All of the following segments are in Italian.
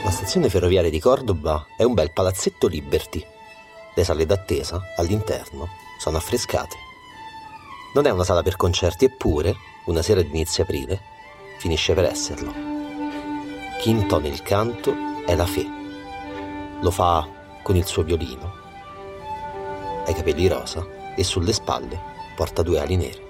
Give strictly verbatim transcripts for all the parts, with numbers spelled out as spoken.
La stazione ferroviaria di Cordoba è un bel palazzetto Liberty. Le sale d'attesa, all'interno, sono affrescate. Non è una sala per concerti, eppure, una sera di inizio aprile, finisce per esserlo. Chi intona il canto è la Fe. Lo fa con il suo violino. Ha i capelli rosa e sulle spalle porta due ali nere.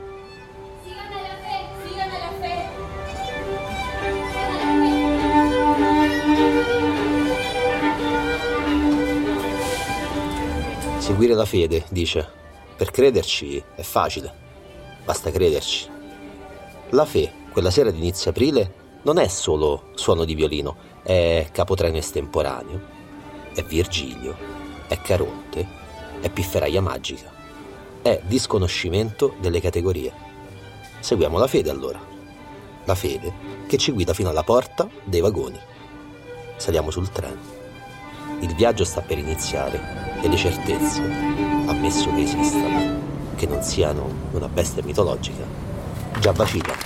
Seguire la fede, dice, per crederci è facile, basta crederci. La Fe, quella sera di inizio aprile, non è solo suono di violino, è Capotreno estemporaneo, è Virgilio, è Caronte, è Pifferaia magica, è disconoscimento delle categorie. Seguiamo la fede allora, la fede che ci guida fino alla porta dei vagoni. Saliamo sul treno. Il viaggio sta per iniziare e le certezze, ammesso che esistano, che non siano una bestia mitologica, già vacillano.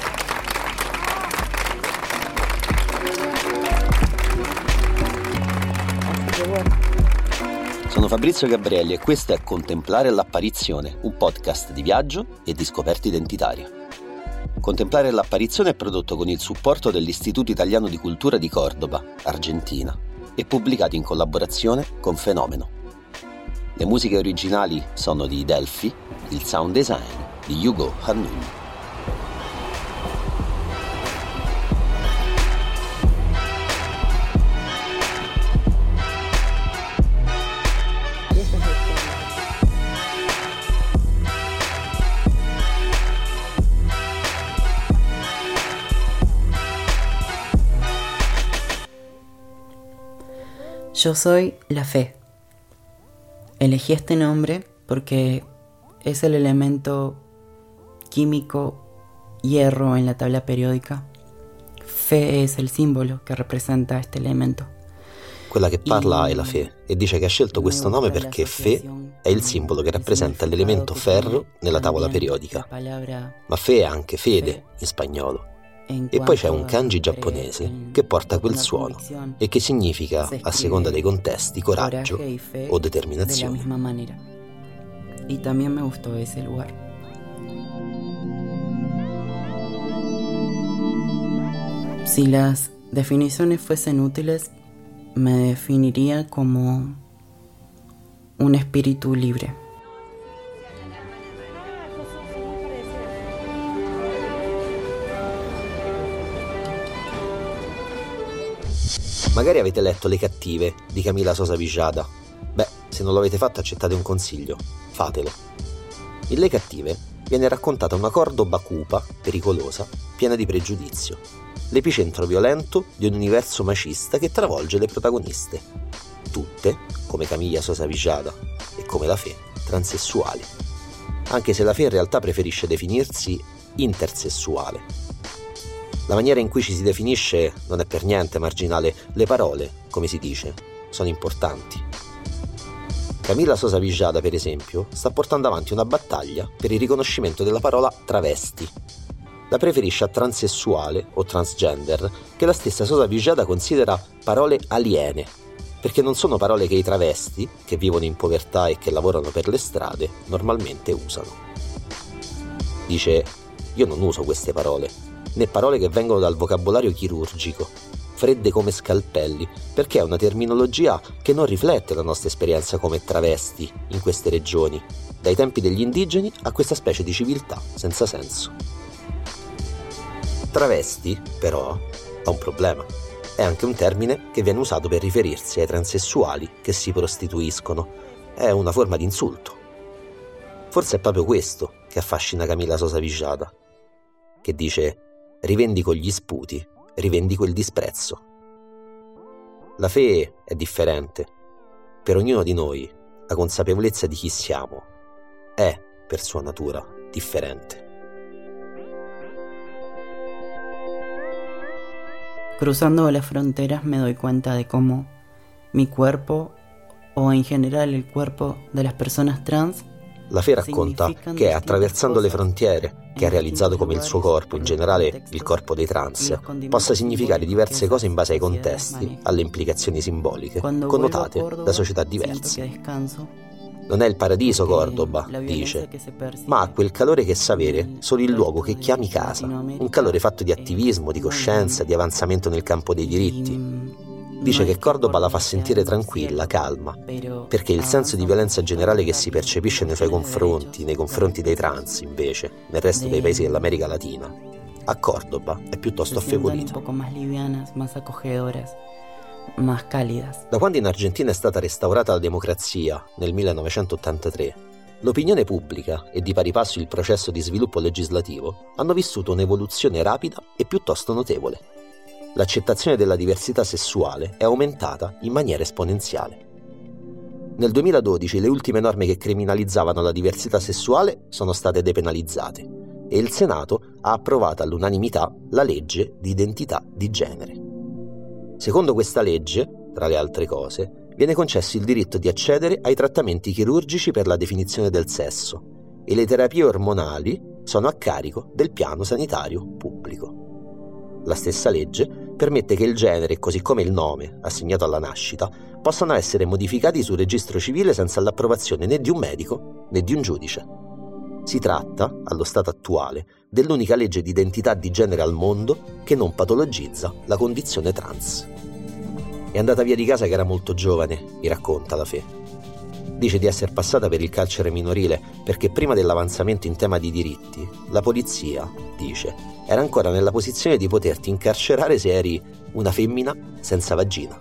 Sono Fabrizio Gabrielli e questo è Contemplare l'apparizione, un podcast di viaggio e di scoperte identitarie. Contemplare l'apparizione è prodotto con il supporto dell'Istituto Italiano di Cultura di Cordoba, Argentina, e pubblicato in collaborazione con Fenomeno. Le musiche originali sono di Delphi, il sound design di Hugo Hannun. Yo soy la Fe. Elegí este nombre porque es el elemento químico hierro en la tabla periodica. Fe es el símbolo che rappresenta este elemento. Quella che parla è la Fe e dice che ha scelto questo nome perché Fe è il simbolo che rappresenta l'elemento ferro nella tavola periodica. Ma Fe è anche fede in spagnolo. E poi c'è un kanji giapponese che porta quel suono e che significa, a seconda dei contesti, coraggio o determinazione. E también me gustó ese lugar. Si las definiciones fuesen útiles, me definiría como un espíritu libre. Magari avete letto Le cattive di Camila Sosa Villada. Beh, se non l'avete fatto accettate un consiglio, fatelo. In Le cattive viene raccontata una Cordoba cupa, pericolosa, piena di pregiudizio. L'epicentro violento di un universo macista che travolge le protagoniste. Tutte, come Camilla Sosa Villada e come la Fe, transessuali. Anche se la Fe in realtà preferisce definirsi intersessuale. La maniera in cui ci si definisce non è per niente marginale. Le parole, come si dice, sono importanti. Camila Sosa Villada, per esempio, sta portando avanti una battaglia per il riconoscimento della parola travesti. La preferisce a transessuale o transgender, che la stessa Sosa Villada considera parole aliene, perché non sono parole che i travesti, che vivono in povertà e che lavorano per le strade, normalmente usano. Dice: io non uso queste parole, né parole che vengono dal vocabolario chirurgico, fredde come scalpelli, perché è una terminologia che non riflette la nostra esperienza come travesti in queste regioni, dai tempi degli indigeni a questa specie di civiltà senza senso. Travesti, però, ha un problema. È anche un termine che viene usato per riferirsi ai transessuali che si prostituiscono. È una forma di insulto. Forse è proprio questo che affascina Camila Sosa Villada, che dice: rivendico gli sputi, rivendico il disprezzo. La Fe è differente. Per ognuno di noi, la consapevolezza di chi siamo è, per sua natura, differente. Cruzando las fronteras me doy cuenta de cómo mi cuerpo, o en general el cuerpo de las personas trans, La Fe racconta che è attraversando le frontiere che ha realizzato come il suo corpo, in generale il corpo dei trans, possa significare diverse cose in base ai contesti, alle implicazioni simboliche, connotate da società diverse. Non è il paradiso Cordoba, dice, ma ha quel calore che sa avere solo il luogo che chiami casa, un calore fatto di attivismo, di coscienza, di avanzamento nel campo dei diritti. Dice che Cordoba la fa sentire tranquilla, calma, perché il senso di violenza generale che si percepisce nei suoi confronti, nei confronti dei trans, invece, nel resto dei paesi dell'America Latina, a Cordoba è piuttosto affievolito. Da quando in Argentina è stata restaurata la democrazia nel millenovecentottantatré, l'opinione pubblica e di pari passo il processo di sviluppo legislativo hanno vissuto un'evoluzione rapida e piuttosto notevole. L'accettazione della diversità sessuale è aumentata in maniera esponenziale. Nel duemiladodici le ultime norme che criminalizzavano la diversità sessuale sono state depenalizzate e il Senato ha approvato all'unanimità la legge di identità di genere. Secondo questa legge, tra le altre cose, viene concesso il diritto di accedere ai trattamenti chirurgici per la definizione del sesso e le terapie ormonali sono a carico del piano sanitario pubblico. La stessa legge permette che il genere, così come il nome assegnato alla nascita, possano essere modificati sul registro civile senza l'approvazione né di un medico né di un giudice. Si tratta, allo stato attuale, dell'unica legge di identità di genere al mondo che non patologizza la condizione trans. È andata via di casa che era molto giovane, mi racconta la Fe. Dice di essere passata per il carcere minorile perché prima dell'avanzamento in tema di diritti, la polizia, dice, era ancora nella posizione di poterti incarcerare se eri una femmina senza vagina.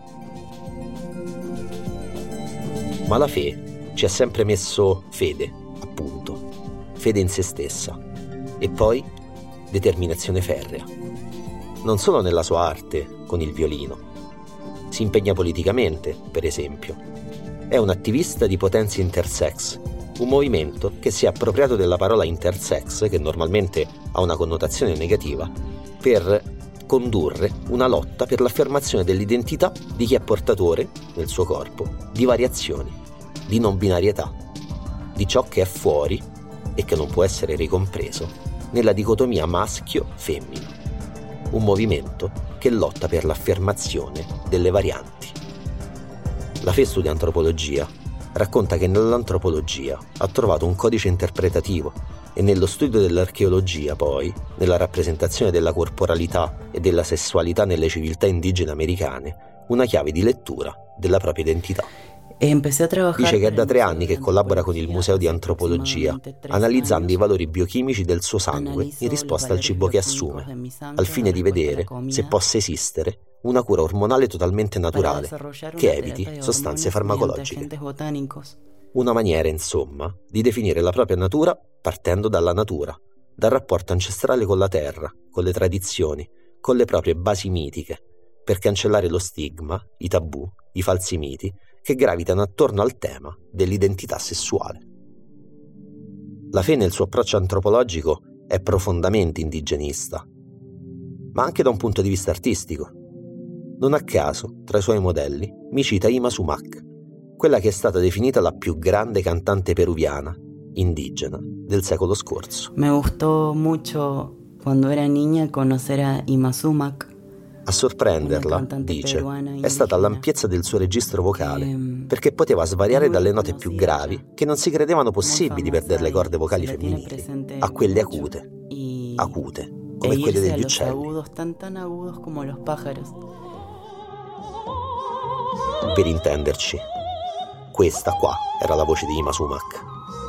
Ma la Fe ci ha sempre messo fede, appunto, fede in se stessa, e poi determinazione ferrea. Non solo nella sua arte, con il violino. Si impegna politicamente, per esempio. È un attivista di Potenza Intersex, un movimento che si è appropriato della parola intersex, che normalmente ha una connotazione negativa, per condurre una lotta per l'affermazione dell'identità di chi è portatore, nel suo corpo, di variazioni, di non binarietà, di ciò che è fuori e che non può essere ricompreso nella dicotomia maschio-femmina. Un movimento che lotta per l'affermazione delle varianti. La Fe studia antropologia, racconta che nell'antropologia ha trovato un codice interpretativo e nello studio dell'archeologia poi, nella rappresentazione della corporalità e della sessualità nelle civiltà indigene americane, una chiave di lettura della propria identità. Dice che è da tre anni che collabora con il Museo di Antropologia, analizzando i valori biochimici del suo sangue in risposta al cibo che assume, al fine di vedere se possa esistere una cura ormonale totalmente naturale, che eviti sostanze farmacologiche. Una maniera, insomma, di definire la propria natura partendo dalla natura, dal rapporto ancestrale con la terra, con le tradizioni, con le proprie basi mitiche, per cancellare lo stigma, i tabù, i falsi miti che gravitano attorno al tema dell'identità sessuale. La Fe nel suo approccio antropologico è profondamente indigenista, ma anche da un punto di vista artistico. Non a caso, tra i suoi modelli, mi cita Ima Sumac, quella che è stata definita la più grande cantante peruviana, indigena, del secolo scorso. Me gustò molto quando era niña conocer a Ima Sumac. A sorprenderla, dice, è stata l'ampiezza del suo registro vocale, perché poteva svariare dalle note più gravi, che non si credevano possibili per delle corde vocali femminili, a quelle acute, acute, come quelle degli uccelli. Per intenderci, questa qua era la voce di Ima Sumac.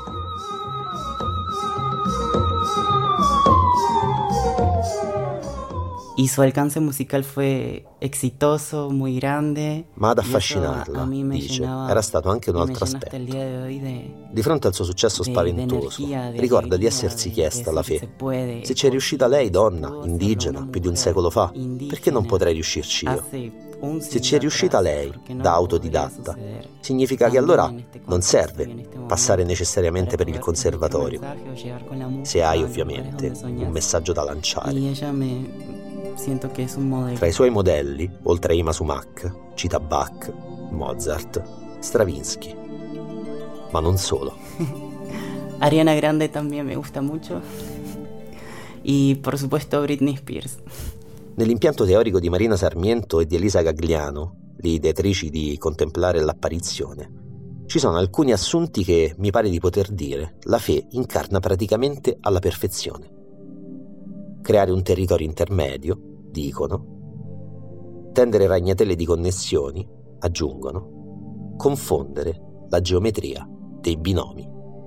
Y su alcance musical fue exitoso, muy grande. Ma ad affascinarla, dice, era stato anche un altro aspetto. Di fronte al suo successo spaventoso, ricorda di essersi chiesta alla Fe: se ci è riuscita lei, donna, indigena, più di un secolo fa, perché non potrei riuscirci io? Se ci è riuscita lei, da autodidatta, significa che allora non serve passare necessariamente per il conservatorio, se hai ovviamente un messaggio da lanciare. Tra i suoi modelli, oltre a Ima Sumac, cita Bach, Mozart, Stravinsky, ma non solo. Ariana Grande también me gusta mucho. Y por supuesto Britney Spears. Nell'impianto teorico di Marina Sarmiento e di Elisa Gagliano, le ideatrici di Contemplare l'apparizione, ci sono alcuni assunti che mi pare di poter dire la fe incarna praticamente alla perfezione. Creare un territorio intermedio, dicono, tendere ragnatele di connessioni, aggiungono, confondere la geometria dei binomi.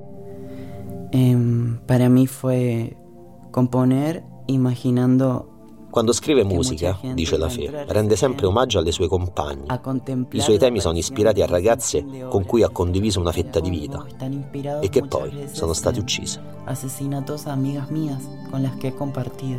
Eh, para mí fue componer imaginando. Quando scrive musica, dice la Fe, rende sempre omaggio alle sue compagne. I suoi temi sono ispirati a ragazze con cui ha condiviso una fetta di vita e che poi sono state uccise. Asesinatos a amigas mías con las que he compartido.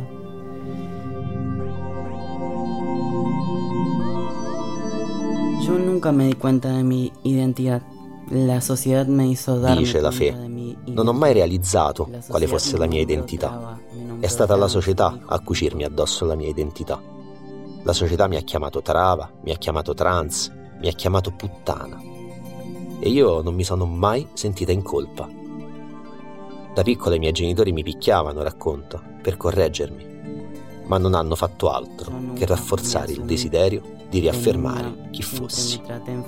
Yo nunca me di cuenta de mi identidad. La sociedad me hizo darme Dice la Fe, non ho mai realizzato quale fosse la mia identità. È stata la società a cucirmi addosso la mia identità. La società mi ha chiamato trava, mi ha chiamato trans, mi ha chiamato puttana. E io non mi sono mai sentita in colpa. Da piccola i miei genitori mi picchiavano, racconta, per correggermi, ma non hanno fatto altro che rafforzare il desiderio di riaffermare chi fossi.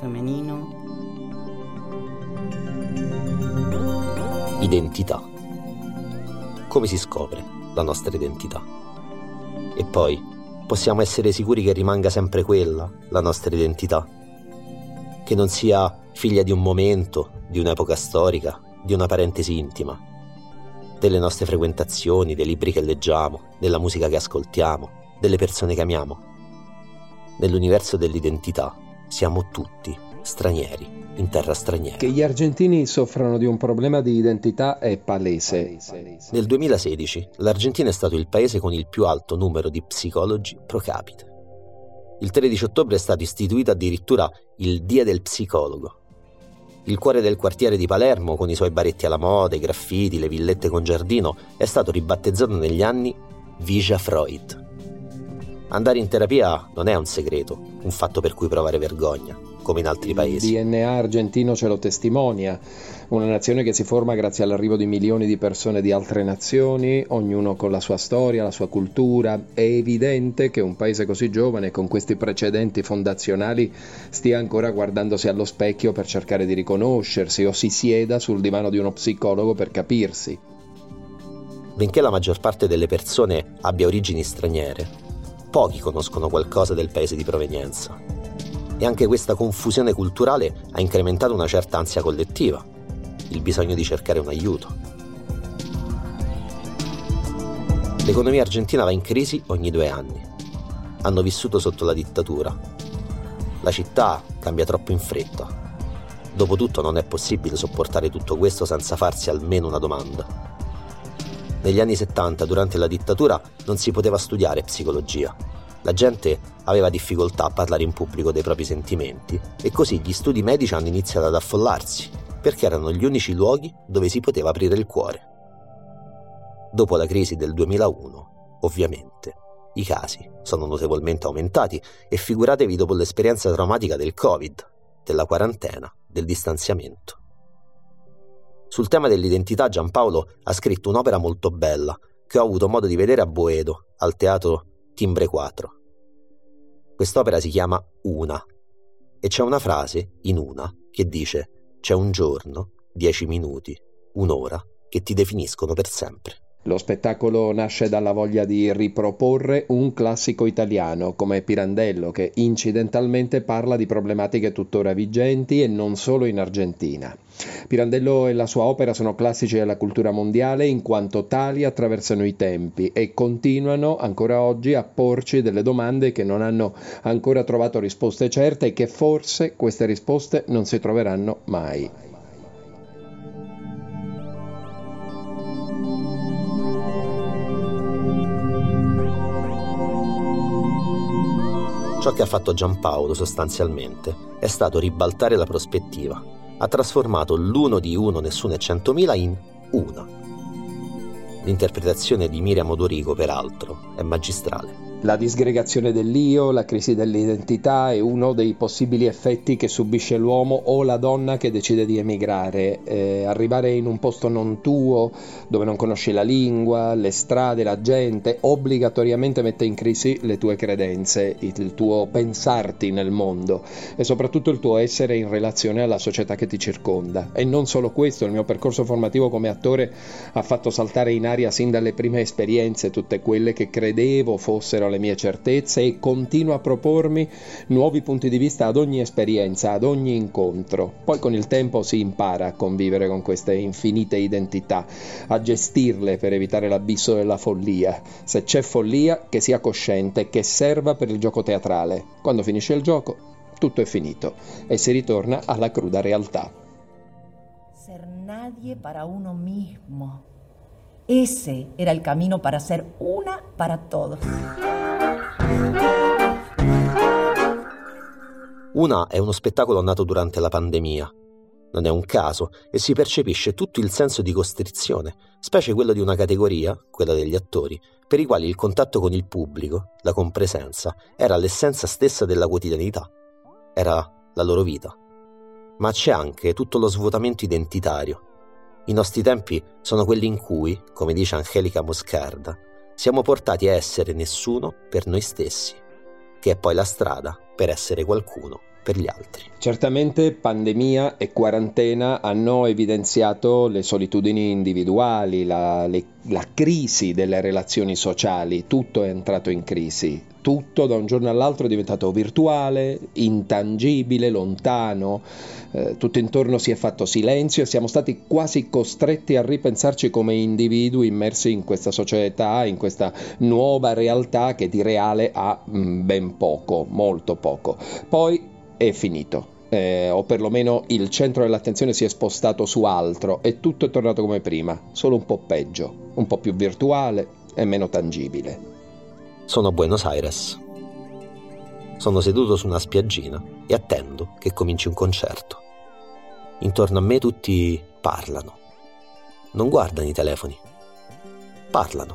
Identità. Come si scopre la nostra identità? E poi, possiamo essere sicuri che rimanga sempre quella, la nostra identità? Che non sia figlia di un momento, di un'epoca storica, di una parentesi intima, delle nostre frequentazioni, dei libri che leggiamo, della musica che ascoltiamo, delle persone che amiamo. Nell'universo dell'identità siamo tutti stranieri in terra straniera. Che gli argentini soffrano di un problema di identità è palese. Nel duemilasedici l'Argentina è stato il paese con il più alto numero di psicologi pro capite. Il tredici ottobre è stato istituito addirittura il Dia del Psicologo. Il cuore del quartiere di Palermo, con i suoi baretti alla moda, i graffiti, le villette con giardino, è stato ribattezzato negli anni Villa Freud. Andare in terapia non è un segreto, un fatto per cui provare vergogna, come in altri paesi. Il D N A argentino ce lo testimonia, una nazione che si forma grazie all'arrivo di milioni di persone di altre nazioni, ognuno con la sua storia, la sua cultura. È evidente che un paese così giovane, con questi precedenti fondazionali, stia ancora guardandosi allo specchio per cercare di riconoscersi o si sieda sul divano di uno psicologo per capirsi. Benché la maggior parte delle persone abbia origini straniere, pochi conoscono qualcosa del paese di provenienza. E anche questa confusione culturale ha incrementato una certa ansia collettiva, il bisogno di cercare un aiuto. L'economia argentina va in crisi ogni due anni. Hanno vissuto sotto la dittatura. La città cambia troppo in fretta. Dopotutto non è possibile sopportare tutto questo senza farsi almeno una domanda. Negli anni settanta, durante la dittatura, non si poteva studiare psicologia. La gente aveva difficoltà a parlare in pubblico dei propri sentimenti e così gli studi medici hanno iniziato ad affollarsi, perché erano gli unici luoghi dove si poteva aprire il cuore. Dopo la crisi del duemilauno, ovviamente, i casi sono notevolmente aumentati e figuratevi dopo l'esperienza traumatica del Covid, della quarantena, del distanziamento. Sul tema dell'identità Giampaolo ha scritto un'opera molto bella che ho avuto modo di vedere a Boedo, al teatro Timbre quattro. Quest'opera si chiama Una e c'è una frase in Una che dice: c'è un giorno, dieci minuti, un'ora che ti definiscono per sempre. Lo spettacolo nasce dalla voglia di riproporre un classico italiano come Pirandello, che incidentalmente parla di problematiche tuttora vigenti e non solo in Argentina. Pirandello e la sua opera sono classici della cultura mondiale in quanto tali attraversano i tempi e continuano ancora oggi a porci delle domande che non hanno ancora trovato risposte certe e che forse queste risposte non si troveranno mai. Ciò che ha fatto Giampaolo sostanzialmente è stato ribaltare la prospettiva. Ha trasformato l'uno di uno, nessuno e centomila in una. L'interpretazione di Miriam Odorico, peraltro, è magistrale. La disgregazione dell'io, la crisi dell'identità è uno dei possibili effetti che subisce l'uomo o la donna che decide di emigrare. Eh, arrivare in un posto non tuo, dove non conosci la lingua, le strade, la gente, obbligatoriamente mette in crisi le tue credenze, il tuo pensarti nel mondo e soprattutto il tuo essere in relazione alla società che ti circonda. E non solo questo, il mio percorso formativo come attore ha fatto saltare in aria sin dalle prime esperienze tutte quelle che credevo fossero le mie certezze e continuo a propormi nuovi punti di vista ad ogni esperienza, ad ogni incontro. Poi con il tempo si impara a convivere con queste infinite identità, a gestirle per evitare l'abisso della follia. Se c'è follia, che sia cosciente, che serva per il gioco teatrale. Quando finisce il gioco, tutto è finito e si ritorna alla cruda realtà. Ser nadie para uno mismo. Ese era el camino para ser una para todos. Una è uno spettacolo nato durante la pandemia. Non è un caso e si percepisce tutto il senso di costrizione, specie quello di una categoria, quella degli attori, per i quali il contatto con il pubblico, la compresenza, era l'essenza stessa della quotidianità. Era la loro vita. Ma c'è anche tutto lo svuotamento identitario. I nostri tempi sono quelli in cui, come dice Angelica Moscarda, siamo portati a essere nessuno per noi stessi, che è poi la strada per essere qualcuno per gli altri. Certamente pandemia e quarantena hanno evidenziato le solitudini individuali, la, le, la crisi delle relazioni sociali, tutto è entrato in crisi, tutto da un giorno all'altro è diventato virtuale, intangibile, lontano, eh, tutto intorno si è fatto silenzio e siamo stati quasi costretti a ripensarci come individui immersi in questa società, in questa nuova realtà che di reale ha mh, ben poco, molto poco. Poi è finito, eh, o perlomeno il centro dell'attenzione si è spostato su altro e tutto è tornato come prima, solo un po' peggio, un po' più virtuale e meno tangibile. Sono a Buenos Aires. Sono seduto su una spiaggina e attendo che cominci un concerto. Intorno a me tutti parlano. Non guardano i telefoni. Parlano.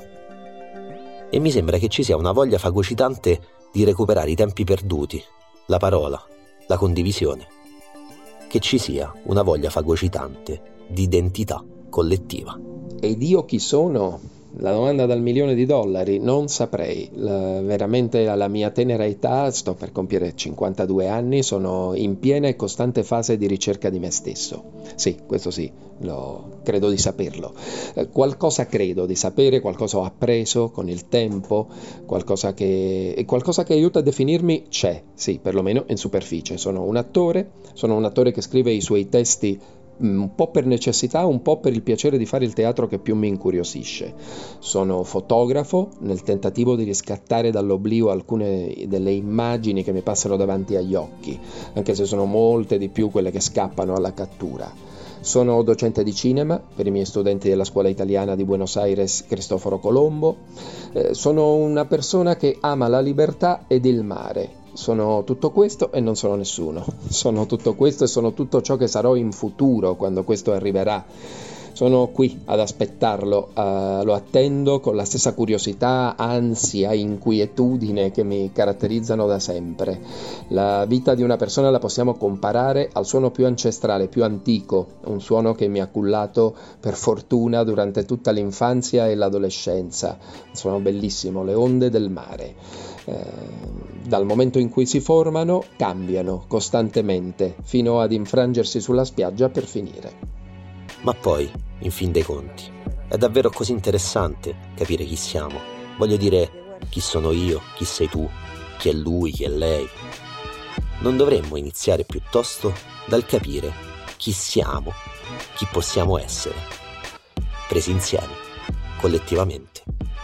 E mi sembra che ci sia una voglia fagocitante di recuperare i tempi perduti, la parola, la condivisione, che ci sia una voglia fagocitante di identità collettiva. Ed io chi sono? La domanda dal milione di dollari, non saprei. La, veramente alla mia tenera età, sto per compiere cinquantadue anni, sono in piena e costante fase di ricerca di me stesso. Sì, questo sì, lo, credo di saperlo. Eh, qualcosa credo di sapere, qualcosa ho appreso con il tempo, qualcosa che, e qualcosa che aiuta a definirmi c'è, sì, perlomeno in superficie. Sono un attore, sono un attore che scrive i suoi testi un po' per necessità, un po' per il piacere di fare il teatro che più mi incuriosisce. Sono fotografo nel tentativo di riscattare dall'oblio alcune delle immagini che mi passano davanti agli occhi, anche se sono molte di più quelle che scappano alla cattura. Sono docente di cinema per i miei studenti della scuola italiana di Buenos Aires Cristoforo Colombo. Eh, sono una persona che ama la libertà ed il mare. Sono tutto questo e non sono nessuno. Sono tutto questo e sono tutto ciò che sarò in futuro quando questo arriverà. Sono qui ad aspettarlo, uh, lo attendo con la stessa curiosità, ansia, inquietudine che mi caratterizzano da sempre. La vita di una persona la possiamo comparare al suono più ancestrale, più antico, un suono che mi ha cullato per fortuna durante tutta l'infanzia e l'adolescenza. Un suono bellissimo, le onde del mare. Eh, dal momento in cui si formano, cambiano costantemente, fino ad infrangersi sulla spiaggia per finire. Ma poi, in fin dei conti, è davvero così interessante capire chi siamo. Voglio dire, chi sono io, chi sei tu, chi è lui, chi è lei. Non dovremmo iniziare piuttosto dal capire chi siamo, chi possiamo essere, presi insieme, collettivamente.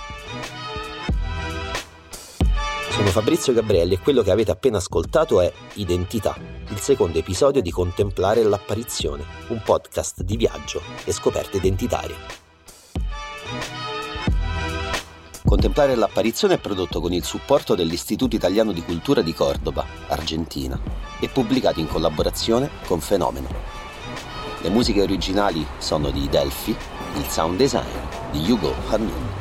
Sono Fabrizio Gabrielli e quello che avete appena ascoltato è Identità, il secondo episodio di Contemplare l'apparizione, un podcast di viaggio e scoperte identitarie. Contemplare l'apparizione è prodotto con il supporto dell'Istituto Italiano di Cultura di Cordoba, Argentina, e pubblicato in collaborazione con Fenomeno. Le musiche originali sono di Delphi, il sound design di Hugo Hannun.